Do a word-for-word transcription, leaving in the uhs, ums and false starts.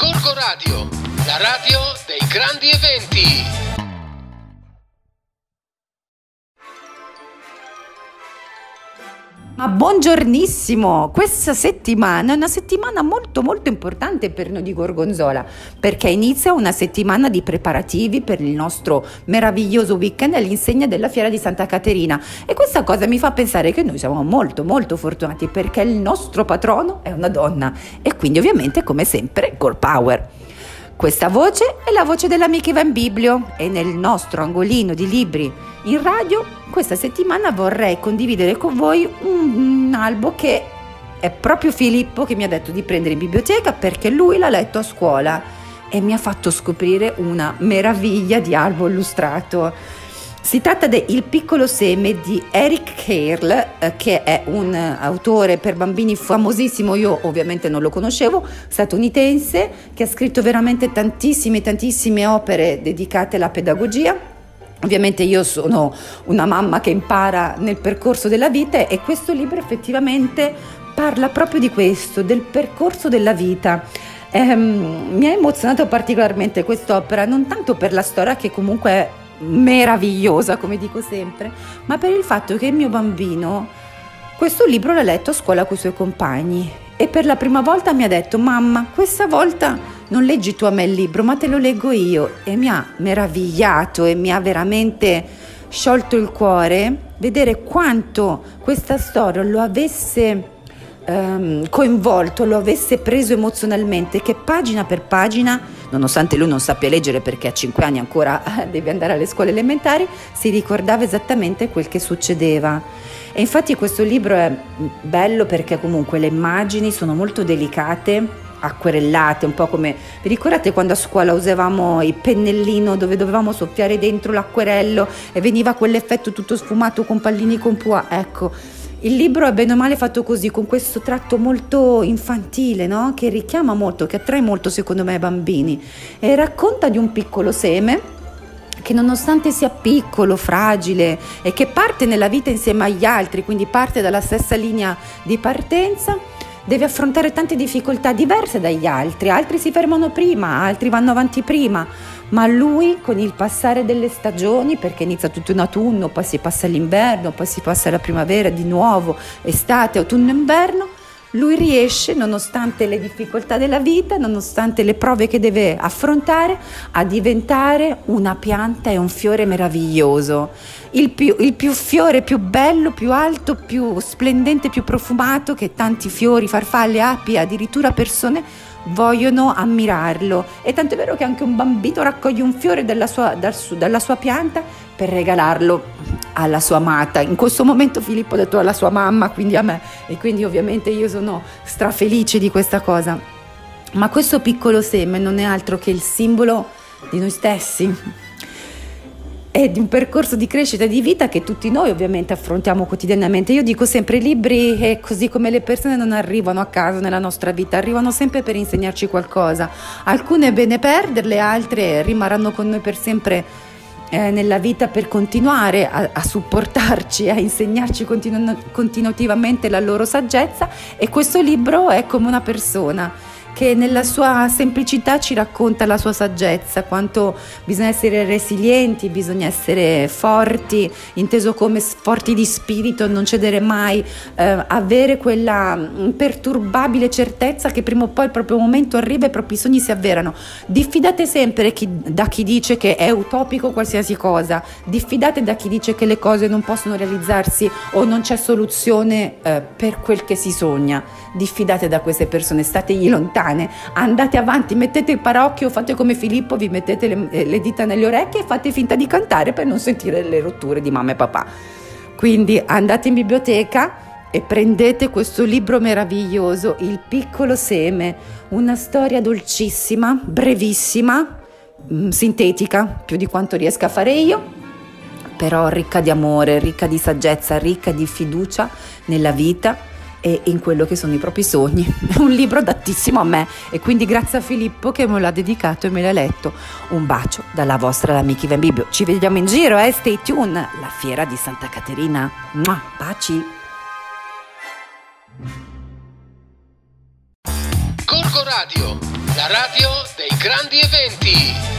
Gorgo Radio, la radio dei grandi eventi. Ma buongiornissimo! Questa settimana è una settimana molto molto importante per noi di Gorgonzola, perché inizia una settimana di preparativi per il nostro meraviglioso weekend all'insegna della Fiera di Santa Caterina, e questa cosa mi fa pensare che noi siamo molto molto fortunati, perché il nostro patrono è una donna e quindi ovviamente, come sempre, Girl Power. Questa voce è la voce dell'Amica Van Biblio, e nel nostro angolino di libri in radio questa settimana vorrei condividere con voi un, un albo che è proprio Filippo che mi ha detto di prendere in biblioteca, perché lui l'ha letto a scuola e mi ha fatto scoprire una meraviglia di albo illustrato. Si tratta di Il piccolo seme di Eric Carle, eh, che è un uh, autore per bambini famosissimo. Io ovviamente non lo conoscevo, statunitense, che ha scritto veramente tantissime tantissime opere dedicate alla pedagogia. Ovviamente io sono una mamma che impara nel percorso della vita, e questo libro effettivamente parla proprio di questo, del percorso della vita. Ehm, mi ha emozionato particolarmente quest'opera, non tanto per la storia, che comunque è meravigliosa, come dico sempre, ma per il fatto che il mio bambino questo libro l'ha letto a scuola con i suoi compagni, e per la prima volta mi ha detto: mamma, questa volta non leggi tu a me il libro, ma te lo leggo io. E mi ha meravigliato e mi ha veramente sciolto il cuore vedere quanto questa storia lo avesse ehm, coinvolto, lo avesse preso emozionalmente, che pagina per pagina, nonostante lui non sappia leggere perché a cinque anni ancora deve andare alle scuole elementari, si ricordava esattamente quel che succedeva. E infatti questo libro è bello perché comunque le immagini sono molto delicate, acquerellate, un po' come, vi ricordate quando a scuola usavamo il pennellino dove dovevamo soffiare dentro l'acquerello e veniva quell'effetto tutto sfumato con pallini con pua? Ecco, il libro è bene o male fatto così, con questo tratto molto infantile, no? Che richiama molto, che attrae molto secondo me i bambini, e racconta di un piccolo seme che, nonostante sia piccolo, fragile e che parte nella vita insieme agli altri, quindi parte dalla stessa linea di partenza, deve affrontare tante difficoltà diverse dagli altri. Altri si fermano prima, altri vanno avanti prima, ma lui, con il passare delle stagioni, perché inizia tutto in autunno, poi si passa all'inverno, poi si passa alla primavera, di nuovo estate, autunno, inverno, lui riesce, nonostante le difficoltà della vita, nonostante le prove che deve affrontare, a diventare una pianta e un fiore meraviglioso. Il più, il più fiore più bello, più alto, più splendente, più profumato, che tanti fiori, farfalle, api, addirittura persone vogliono ammirarlo. E tanto è vero che anche un bambino raccoglie un fiore dalla sua, dal su, dalla sua pianta per regalarlo alla sua amata. In questo momento Filippo ha detto alla sua mamma, quindi a me, e quindi ovviamente io sono strafelice di questa cosa. Ma questo piccolo seme non è altro che il simbolo di noi stessi, è di un percorso di crescita e di vita che tutti noi ovviamente affrontiamo quotidianamente. Io dico sempre, i libri, e così come le persone, non arrivano a caso nella nostra vita, arrivano sempre per insegnarci qualcosa. Alcune è bene perderle, altre rimarranno con noi per sempre eh, nella vita, per continuare a, a supportarci, a insegnarci continu- continuativamente la loro saggezza. E questo libro è come una persona che nella sua semplicità ci racconta la sua saggezza, quanto bisogna essere resilienti, bisogna essere forti, inteso come forti di spirito, non cedere mai, eh, avere quella imperturbabile certezza che prima o poi il proprio momento arriva e i propri sogni si avverano. Diffidate sempre chi, da chi dice che è utopico qualsiasi cosa, diffidate da chi dice che le cose non possono realizzarsi o non c'è soluzione eh, per quel che si sogna. Diffidate da queste persone, stategli lontane, andate avanti, mettete il paraocchio, fate come Filippo, vi mettete le, le dita nelle orecchie e fate finta di cantare per non sentire le rotture di mamma e papà. Quindi andate in biblioteca e prendete questo libro meraviglioso, Il piccolo seme, una storia dolcissima, brevissima, mh, sintetica, più di quanto riesca a fare io, però ricca di amore, ricca di saggezza, ricca di fiducia nella vita e in quello che sono i propri sogni. È un libro adattissimo a me, e quindi grazie a Filippo che me l'ha dedicato e me l'ha letto. Un bacio dalla vostra Amica Van Biblio. Ci vediamo in giro, eh? Stay tuned. La Fiera di Santa Caterina. Mua, baci. Gorgo Radio, La radio dei grandi eventi.